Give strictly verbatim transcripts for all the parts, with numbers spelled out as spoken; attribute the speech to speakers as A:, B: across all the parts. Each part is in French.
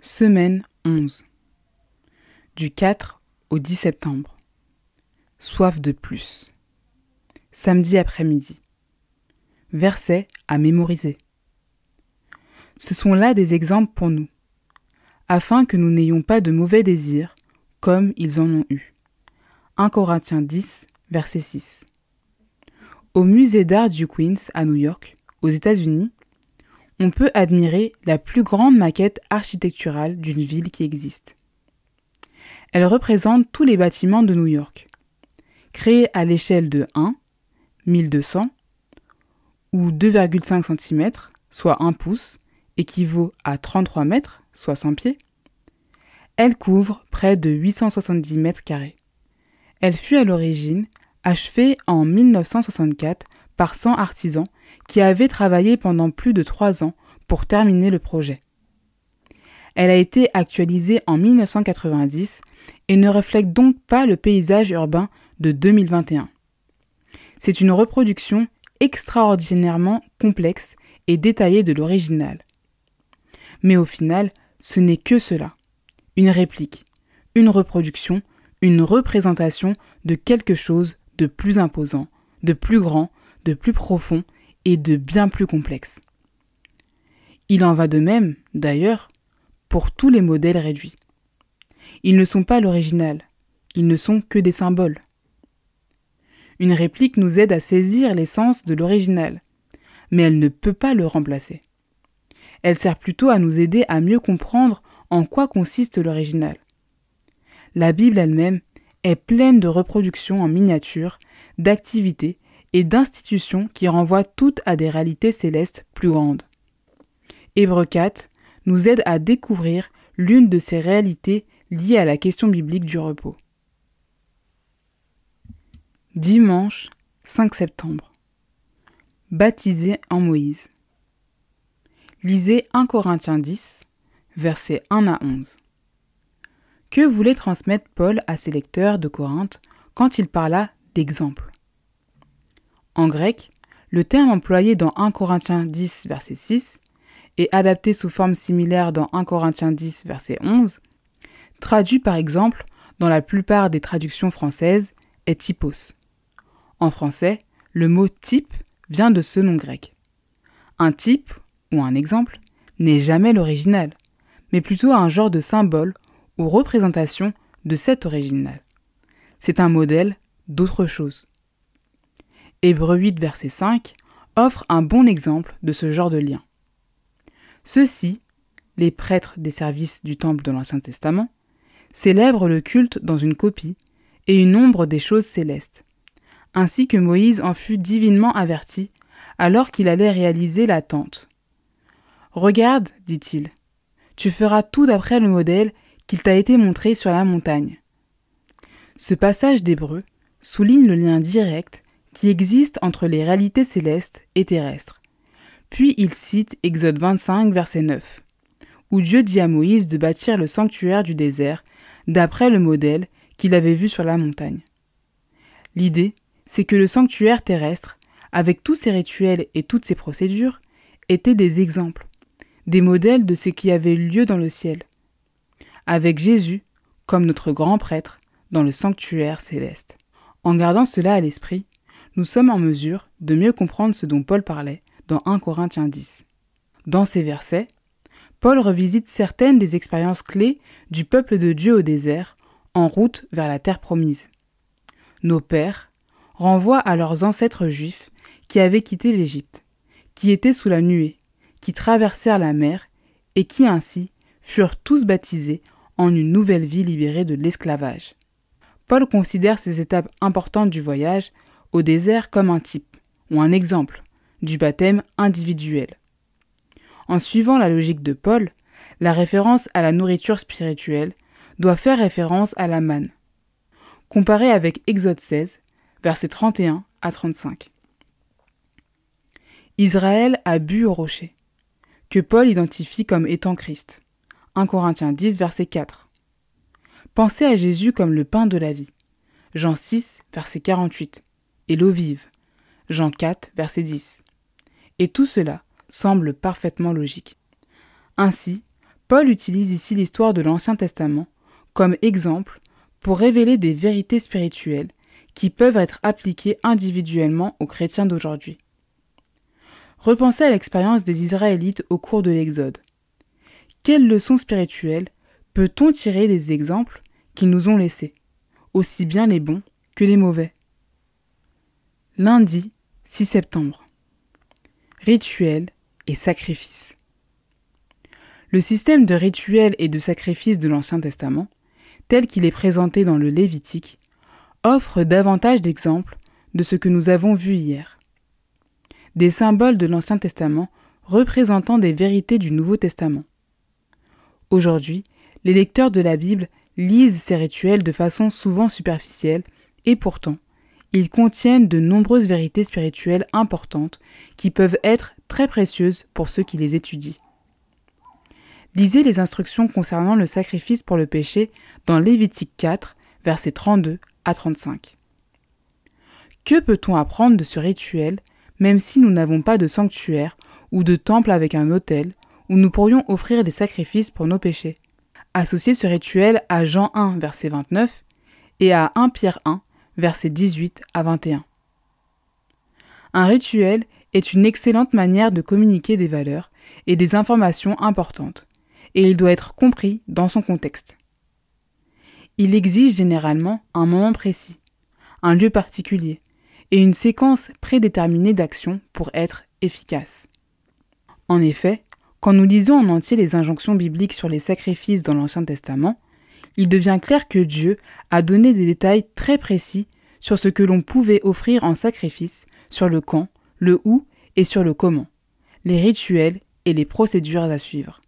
A: Semaine onze. Du quatre au dix septembre. Soif de plus. Samedi après-midi. Versets à mémoriser. Ce sont là des exemples pour nous, afin que nous n'ayons pas de mauvais désirs, comme ils en ont eu. un Corinthiens dix, verset six. Au musée d'art du Queens, à New York, aux États-Unis, on peut admirer la plus grande maquette architecturale d'une ville qui existe. Elle représente tous les bâtiments de New York, créés à l'échelle de un, mille deux cents, ou deux virgule cinq centimètres, soit un pouce, équivaut à trente-trois mètres, soit cent pieds. Elle couvre près de huit cent soixante-dix mètres carrés. Elle fut à l'origine achevée en mille neuf cent soixante-quatre par cent artisans qui avaient travaillé pendant plus de trois ans pour terminer le projet. Elle a été actualisée en mille neuf cent quatre-vingt-dix et ne reflète donc pas le paysage urbain de deux mille vingt et un. C'est une reproduction extraordinairement complexe et détaillée de l'original. Mais au final, ce n'est que cela. Une réplique, une reproduction, une représentation de quelque chose de plus imposant, de plus grand, de plus profond et de bien plus complexe. Il en va de même, d'ailleurs, pour tous les modèles réduits. Ils ne sont pas l'original, ils ne sont que des symboles. Une réplique nous aide à saisir l'essence de l'original, mais elle ne peut pas le remplacer. Elle sert plutôt à nous aider à mieux comprendre en quoi consiste l'original. La Bible elle-même est pleine de reproductions en miniature, d'activités et d'institutions qui renvoient toutes à des réalités célestes plus grandes. Hébreux quatre nous aide à découvrir l'une de ces réalités liées à la question biblique du repos. Dimanche cinq septembre. Baptisé en Moïse. Lisez un Corinthiens dix, versets un à onze. Que voulait transmettre Paul à ses lecteurs de Corinthe quand il parla d'exemple? En grec, le terme employé dans un Corinthiens dix, verset six, et adapté sous forme similaire dans un Corinthiens dix, verset onze, traduit par exemple dans la plupart des traductions françaises, est typos. En français, le mot type vient de ce nom grec. Un type, ou un exemple, n'est jamais l'original, mais plutôt un genre de symbole ou représentation de cet original. C'est un modèle d'autre chose. Hébreux huit, verset cinq, offre un bon exemple de ce genre de lien. Ceux-ci, les prêtres des services du temple de l'Ancien Testament, célèbrent le culte dans une copie et une ombre des choses célestes, ainsi que Moïse en fut divinement averti alors qu'il allait réaliser la tente. « Regarde, dit-il, tu feras tout d'après le modèle qu'il t'a été montré sur la montagne. » Ce passage d'Hébreux souligne le lien direct qui existe entre les réalités célestes et terrestres. Puis il cite Exode vingt-cinq, verset neuf, où Dieu dit à Moïse de bâtir le sanctuaire du désert d'après le modèle qu'il avait vu sur la montagne. L'idée, c'est que le sanctuaire terrestre, avec tous ses rituels et toutes ses procédures, était des exemples, des modèles de ce qui avait eu lieu dans le ciel, avec Jésus comme notre grand prêtre dans le sanctuaire céleste. En gardant cela à l'esprit, nous sommes en mesure de mieux comprendre ce dont Paul parlait dans un Corinthiens dix. Dans ces versets, Paul revisite certaines des expériences clés du peuple de Dieu au désert, en route vers la terre promise. Nos pères renvoient à leurs ancêtres juifs qui avaient quitté l'Égypte, qui étaient sous la nuée, qui traversèrent la mer et qui ainsi furent tous baptisés en une nouvelle vie libérée de l'esclavage. Paul considère ces étapes importantes du voyage au désert comme un type, ou un exemple, du baptême individuel. En suivant la logique de Paul, la référence à la nourriture spirituelle doit faire référence à la manne. Comparé avec Exode seize, versets trente et un à trente-cinq. Israël a bu au rocher, que Paul identifie comme étant Christ. un Corinthiens dix, verset quatre. Pensez à Jésus comme le pain de la vie. Jean six, verset quarante-huit. Et l'eau vive. Jean quatre, verset dix. Et tout cela semble parfaitement logique. Ainsi, Paul utilise ici l'histoire de l'Ancien Testament comme exemple pour révéler des vérités spirituelles qui peuvent être appliquées individuellement aux chrétiens d'aujourd'hui. Repensez à l'expérience des Israélites au cours de l'Exode. Quelles leçons spirituelles peut-on tirer des exemples qu'ils nous ont laissés, aussi bien les bons que les mauvais? Lundi six septembre. Rituels et sacrifices. Le système de rituels et de sacrifices de l'Ancien Testament, tel qu'il est présenté dans le Lévitique, offre davantage d'exemples de ce que nous avons vu hier. Des symboles de l'Ancien Testament représentant des vérités du Nouveau Testament. Aujourd'hui, les lecteurs de la Bible lisent ces rituels de façon souvent superficielle et pourtant, ils contiennent de nombreuses vérités spirituelles importantes qui peuvent être très précieuses pour ceux qui les étudient. Lisez les instructions concernant le sacrifice pour le péché dans Lévitique quatre, versets trente-deux à trente-cinq. Que peut-on apprendre de ce rituel, même si nous n'avons pas de sanctuaire ou de temple avec un autel, où nous pourrions offrir des sacrifices pour nos péchés? Associez ce rituel à Jean un, verset vingt-neuf, et à premier Pierre un, versets dix-huit à vingt et un. Un rituel est une excellente manière de communiquer des valeurs et des informations importantes, et il doit être compris dans son contexte. Il exige généralement un moment précis, un lieu particulier, et une séquence prédéterminée d'actions pour être efficace. En effet, quand nous lisons en entier les injonctions bibliques sur les sacrifices dans l'Ancien Testament, il devient clair que Dieu a donné des détails très précis sur ce que l'on pouvait offrir en sacrifice, sur le quand, le où et sur le comment, les rituels et les procédures à suivre.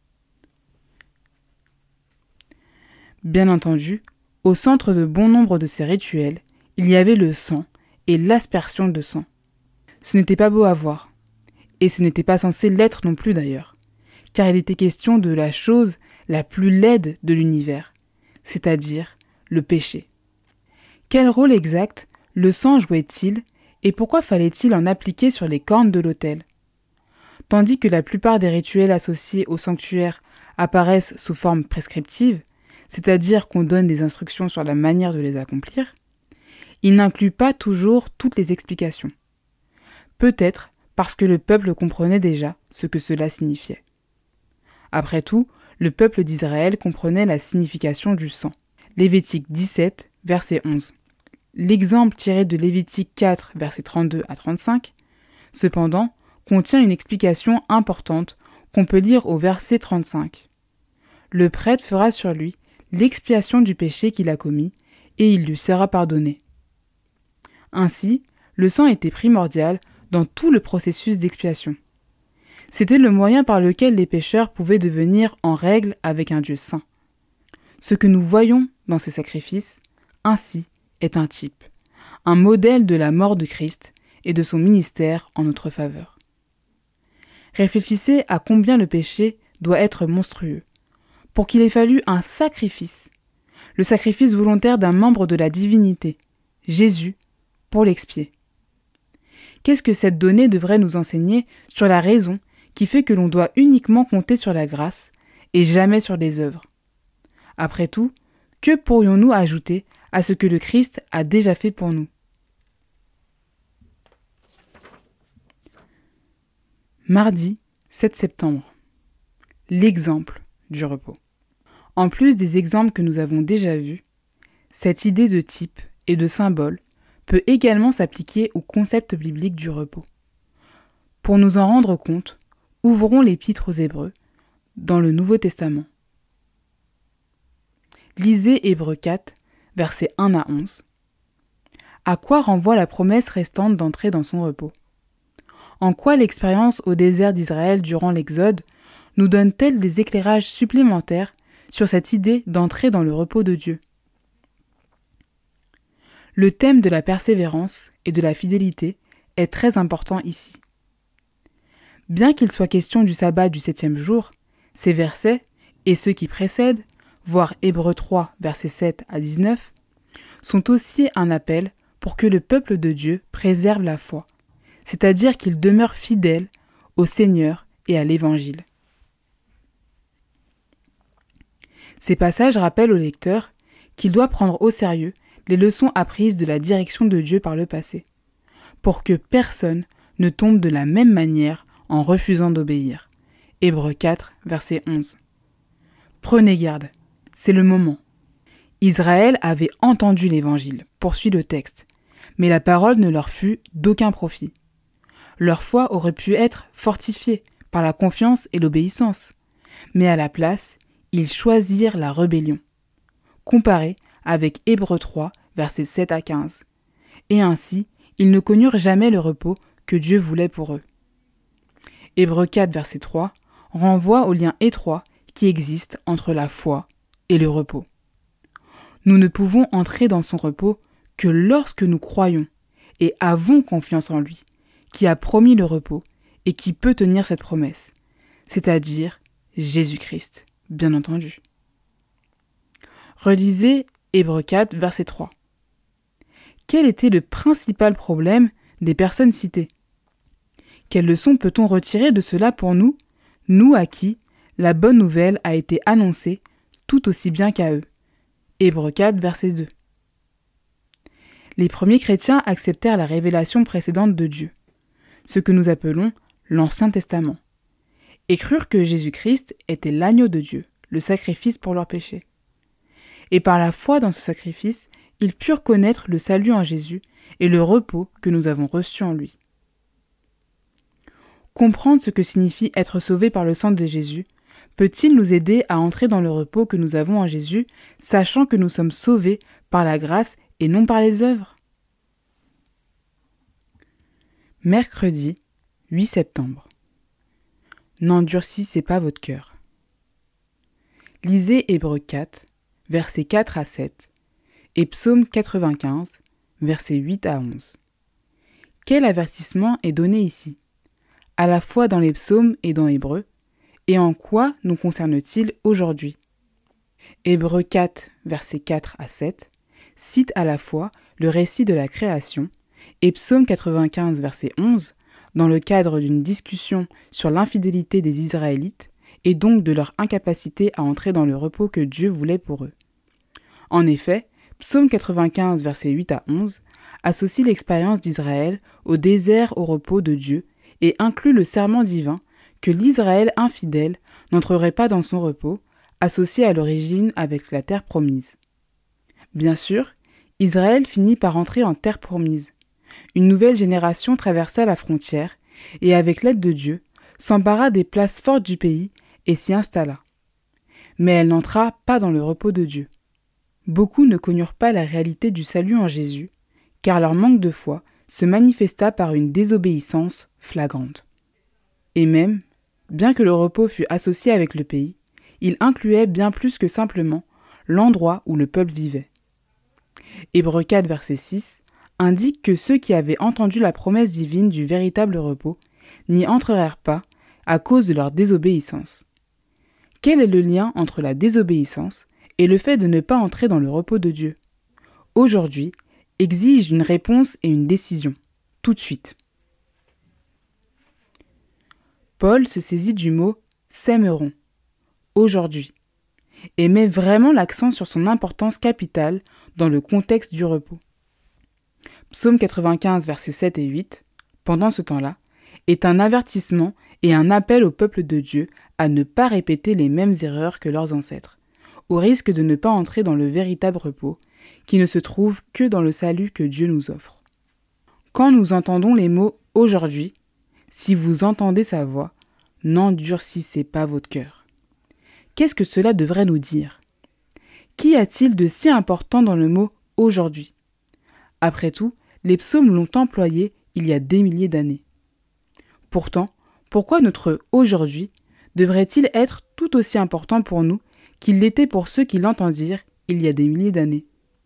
A: Bien entendu, au centre de bon nombre de ces rituels, il y avait le sang et l'aspersion de sang. Ce n'était pas beau à voir, et ce n'était pas censé l'être non plus d'ailleurs, car il était question de la chose la plus laide de l'univers, c'est-à-dire le péché. Quel rôle exact le sang jouait-il et pourquoi fallait-il en appliquer sur les cornes de l'autel? Tandis que la plupart des rituels associés au sanctuaire apparaissent sous forme prescriptive, c'est-à-dire qu'on donne des instructions sur la manière de les accomplir, ils n'incluent pas toujours toutes les explications. Peut-être parce que le peuple comprenait déjà ce que cela signifiait. Après tout, le peuple d'Israël comprenait la signification du sang. Lévitique dix-sept, verset onze. L'exemple tiré de Lévitique quatre, versets trente-deux à trente-cinq, cependant, contient une explication importante qu'on peut lire au verset trente-cinq. Le prêtre fera sur lui l'expiation du péché qu'il a commis, et il lui sera pardonné. Ainsi, le sang était primordial dans tout le processus d'expiation. C'était le moyen par lequel les pécheurs pouvaient devenir en règle avec un Dieu saint. Ce que nous voyons dans ces sacrifices, ainsi, est un type, un modèle de la mort de Christ et de son ministère en notre faveur. Réfléchissez à combien le péché doit être monstrueux, pour qu'il ait fallu un sacrifice, le sacrifice volontaire d'un membre de la divinité, Jésus, pour l'expier. Qu'est-ce que cette donnée devrait nous enseigner sur la raison qui fait que l'on doit uniquement compter sur la grâce et jamais sur les œuvres? Après tout, que pourrions-nous ajouter à ce que le Christ a déjà fait pour nous? Mardi sept septembre. L'exemple du repos. En plus des exemples que nous avons déjà vus, cette idée de type et de symbole peut également s'appliquer au concept biblique du repos. Pour nous en rendre compte, ouvrons l'Épître aux Hébreux dans le Nouveau Testament. Lisez Hébreux quatre, versets un à onze. À quoi renvoie la promesse restante d'entrer dans son repos? En quoi l'expérience au désert d'Israël durant l'Exode nous donne-t-elle des éclairages supplémentaires sur cette idée d'entrer dans le repos de Dieu? Le thème de la persévérance et de la fidélité est très important ici. Bien qu'il soit question du sabbat du septième jour, ces versets, et ceux qui précèdent, voire Hébreux trois, versets sept à dix-neuf, sont aussi un appel pour que le peuple de Dieu préserve la foi, c'est-à-dire qu'il demeure fidèle au Seigneur et à l'Évangile. Ces passages rappellent au lecteur qu'il doit prendre au sérieux les leçons apprises de la direction de Dieu par le passé, pour que personne ne tombe de la même manière en refusant d'obéir. Hébreux quatre, verset onze. Prenez garde, c'est le moment. Israël avait entendu l'évangile, poursuit le texte, mais la parole ne leur fut d'aucun profit. Leur foi aurait pu être fortifiée par la confiance et l'obéissance, mais à la place, ils choisirent la rébellion. Comparé avec Hébreux trois, versets sept à quinze. Et ainsi, ils ne connurent jamais le repos que Dieu voulait pour eux. Hébreux quatre, verset trois renvoie au lien étroit qui existe entre la foi et le repos. Nous ne pouvons entrer dans son repos que lorsque nous croyons et avons confiance en lui, qui a promis le repos et qui peut tenir cette promesse, c'est-à-dire Jésus-Christ, bien entendu. Relisez Hébreux quatre, verset trois. Quel était le principal problème des personnes citées? Quelle leçon peut-on retirer de cela pour nous, nous à qui la bonne nouvelle a été annoncée tout aussi bien qu'à eux? Hébreux quatre, verset deux. Les premiers chrétiens acceptèrent la révélation précédente de Dieu, ce que nous appelons l'Ancien Testament, et crurent que Jésus-Christ était l'agneau de Dieu, le sacrifice pour leurs péchés. Et par la foi dans ce sacrifice, ils purent connaître le salut en Jésus et le repos que nous avons reçu en lui. Comprendre ce que signifie être sauvé par le sang de Jésus peut-il nous aider à entrer dans le repos que nous avons en Jésus, sachant que nous sommes sauvés par la grâce et non par les œuvres? Mercredi huit septembre. N'endurcissez pas votre cœur. Lisez Hébreux quatre, versets quatre à sept, et Psaume quatre-vingt-quinze, versets huit à onze. Quel avertissement est donné ici, à la fois dans les psaumes et dans Hébreux, et en quoi nous concerne-t-il aujourd'hui? Hébreux quatre, versets quatre à sept, cite à la fois le récit de la création, et Psaume quatre-vingt-quinze, verset onze, dans le cadre d'une discussion sur l'infidélité des Israélites, et donc de leur incapacité à entrer dans le repos que Dieu voulait pour eux. En effet, Psaume quatre-vingt-quinze, versets huit à onze, associe l'expérience d'Israël au désert au repos de Dieu et inclut le serment divin que l'Israël infidèle n'entrerait pas dans son repos, associé à l'origine avec la terre promise. Bien sûr, Israël finit par entrer en terre promise. Une nouvelle génération traversa la frontière et, avec l'aide de Dieu, s'empara des places fortes du pays et s'y installa. Mais elle n'entra pas dans le repos de Dieu. Beaucoup ne connurent pas la réalité du salut en Jésus, car leur manque de foi se manifesta par une désobéissance flagrante. Et même, bien que le repos fût associé avec le pays, il incluait bien plus que simplement l'endroit où le peuple vivait. Hébreux quatre, verset six, indique que ceux qui avaient entendu la promesse divine du véritable repos n'y entrerèrent pas à cause de leur désobéissance. Quel est le lien entre la désobéissance et le fait de ne pas entrer dans le repos de Dieu? Aujourd'hui, exige une réponse et une décision, tout de suite. Paul se saisit du mot « s'aimeront » aujourd'hui et met vraiment l'accent sur son importance capitale dans le contexte du repos. Psaume quatre-vingt-quinze, versets sept et huit, pendant ce temps-là, est un avertissement et un appel au peuple de Dieu à ne pas répéter les mêmes erreurs que leurs ancêtres, au risque de ne pas entrer dans le véritable repos, qui ne se trouve que dans le salut que Dieu nous offre. Quand nous entendons les mots « aujourd'hui », si vous entendez sa voix, n'endurcissez pas votre cœur. Qu'est-ce que cela devrait nous dire? Qu'y a-t-il de si important dans le mot « aujourd'hui » ? Après tout, les psaumes l'ont employé il y a des milliers d'années. Pourtant, pourquoi notre « aujourd'hui » devrait-il être tout aussi important pour nous qu'il l'était pour ceux qui l'entendirent il y a des milliers d'années?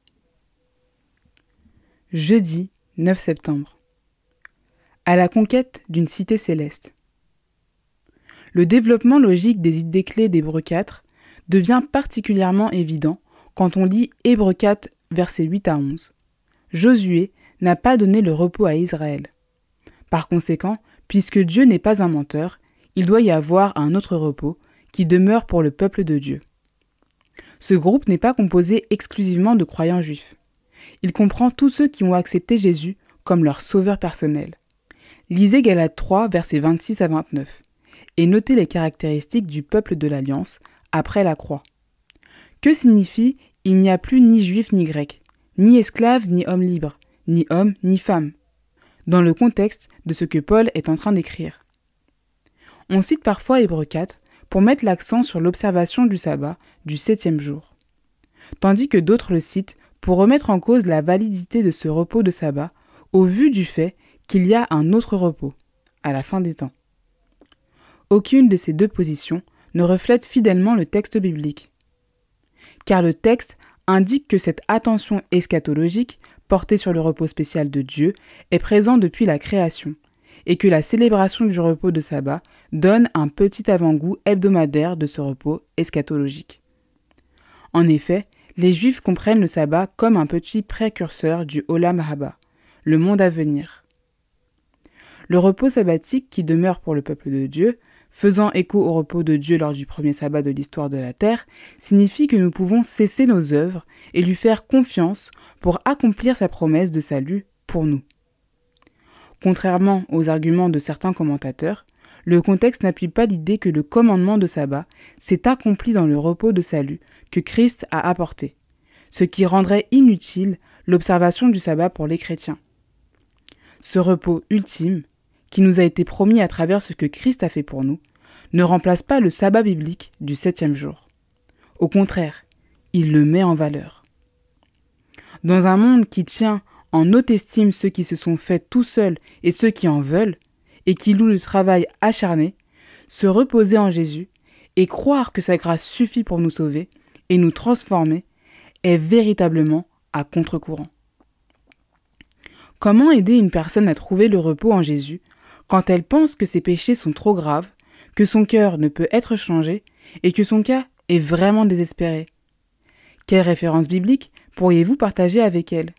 A: Jeudi neuf septembre. À la conquête d'une cité céleste. Le développement logique des idées clés d'Hébreux quatre devient particulièrement évident quand on lit Hébreux quatre, versets huit à onze. Josué n'a pas donné le repos à Israël. Par conséquent, puisque Dieu n'est pas un menteur, il doit y avoir un autre repos qui demeure pour le peuple de Dieu. Ce groupe n'est pas composé exclusivement de croyants juifs. Il comprend tous ceux qui ont accepté Jésus comme leur sauveur personnel. Lisez Galates trois, versets vingt-six à vingt-neuf, et notez les caractéristiques du peuple de l'Alliance après la croix. Que signifie « il n'y a plus ni juif ni grec, ni esclave ni homme libre, ni homme ni femme » dans le contexte de ce que Paul est en train d'écrire. On cite parfois Hébreux quatre pour mettre l'accent sur l'observation du sabbat du septième jour, tandis que d'autres le citent pour remettre en cause la validité de ce repos de sabbat au vu du fait qu'il y a un autre repos, à la fin des temps. Aucune de ces deux positions ne reflète fidèlement le texte biblique, car le texte indique que cette attention eschatologique portée sur le repos spécial de Dieu est présente depuis la création, et que la célébration du repos de sabbat donne un petit avant-goût hebdomadaire de ce repos eschatologique. En effet, les Juifs comprennent le sabbat comme un petit précurseur du Olam Haba, le monde à venir. Le repos sabbatique qui demeure pour le peuple de Dieu, faisant écho au repos de Dieu lors du premier sabbat de l'histoire de la terre, signifie que nous pouvons cesser nos œuvres et lui faire confiance pour accomplir sa promesse de salut pour nous. Contrairement aux arguments de certains commentateurs, le contexte n'appuie pas l'idée que le commandement de sabbat s'est accompli dans le repos de salut que Christ a apporté, ce qui rendrait inutile l'observation du sabbat pour les chrétiens. Ce repos ultime, qui nous a été promis à travers ce que Christ a fait pour nous, ne remplace pas le sabbat biblique du septième jour. Au contraire, il le met en valeur. Dans un monde qui tient en haute estime ceux qui se sont faits tout seuls et ceux qui en veulent, et qui louent le travail acharné, se reposer en Jésus et croire que sa grâce suffit pour nous sauver et nous transformer est véritablement à contre-courant. Comment aider une personne à trouver le repos en Jésus quand elle pense que ses péchés sont trop graves, que son cœur ne peut être changé et que son cas est vraiment désespéré? Quelle référence biblique pourriez-vous partager avec elle?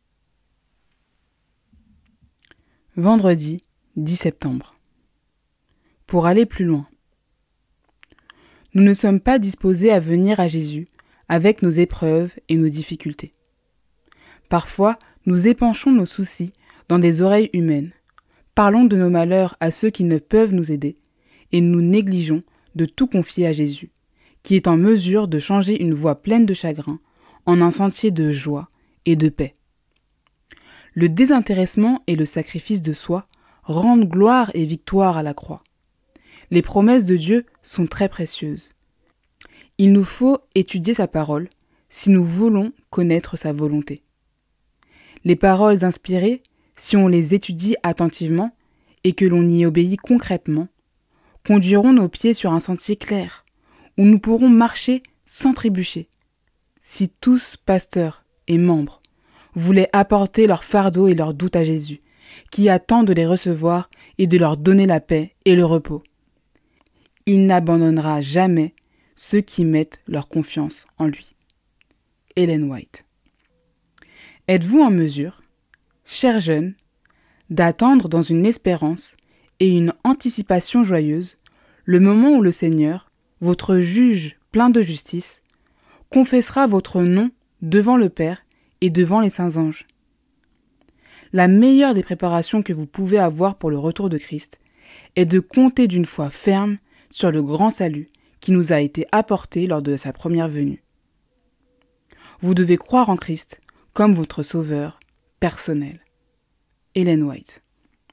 A: Vendredi dix septembre. Pour aller plus loin. Nous ne sommes pas disposés à venir à Jésus avec nos épreuves et nos difficultés. Parfois, nous épanchons nos soucis dans des oreilles humaines, parlons de nos malheurs à ceux qui ne peuvent nous aider, et nous négligeons de tout confier à Jésus, qui est en mesure de changer une voie pleine de chagrin en un sentier de joie et de paix. Le désintéressement et le sacrifice de soi rendent gloire et victoire à la croix. Les promesses de Dieu sont très précieuses. Il nous faut étudier sa parole si nous voulons connaître sa volonté. Les paroles inspirées, si on les étudie attentivement et que l'on y obéit concrètement, conduiront nos pieds sur un sentier clair, où nous pourrons marcher sans trébucher. Si tous, pasteurs et membres, voulaient apporter leur fardeau et leurs doutes à Jésus, qui attend de les recevoir et de leur donner la paix et le repos. Il n'abandonnera jamais ceux qui mettent leur confiance en lui. Ellen White. Êtes-vous en mesure, chers jeunes, d'attendre dans une espérance et une anticipation joyeuse le moment où le Seigneur, votre juge plein de justice, confessera votre nom devant le Père et devant les saints anges? La meilleure des préparations que vous pouvez avoir pour le retour de Christ est de compter d'une foi ferme sur le grand salut qui nous a été apporté lors de sa première venue. Vous devez croire en Christ comme votre sauveur personnel. Ellen White.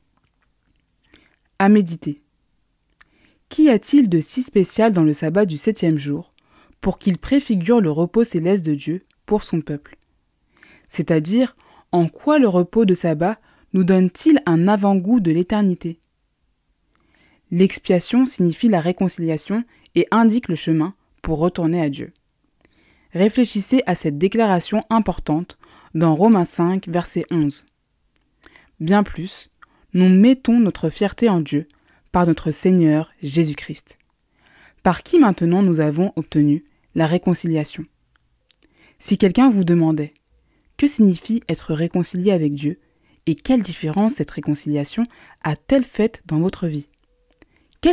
A: À méditer. Qu'y a-t-il de si spécial dans le sabbat du septième jour pour qu'il préfigure le repos céleste de Dieu pour son peuple? C'est-à-dire, en quoi le repos de sabbat nous donne-t-il un avant-goût de l'éternité? L'expiation signifie la réconciliation et indique le chemin pour retourner à Dieu. Réfléchissez à cette déclaration importante dans Romains cinq, verset onze. Bien plus, nous mettons notre fierté en Dieu par notre Seigneur Jésus-Christ, par qui maintenant nous avons obtenu la réconciliation. Si quelqu'un vous demandait « Que signifie être réconcilié avec Dieu et quelle différence cette réconciliation a-t-elle faite dans votre vie ?»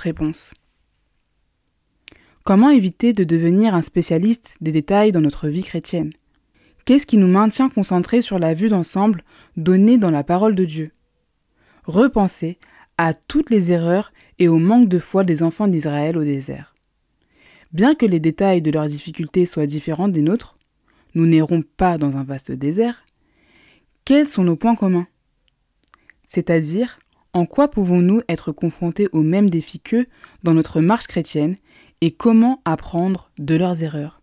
A: Quelle serait votre réponse? Comment éviter de devenir un spécialiste des détails dans notre vie chrétienne? Qu'est-ce qui nous maintient concentrés sur la vue d'ensemble donnée dans la parole de Dieu? Repensez à toutes les erreurs et au manque de foi des enfants d'Israël au désert. Bien que les détails de leurs difficultés soient différents des nôtres, nous n'errons pas dans un vaste désert. Quels sont nos points communs? C'est-à-dire, en quoi pouvons-nous être confrontés aux mêmes défis qu'eux dans notre marche chrétienne et comment apprendre de leurs erreurs?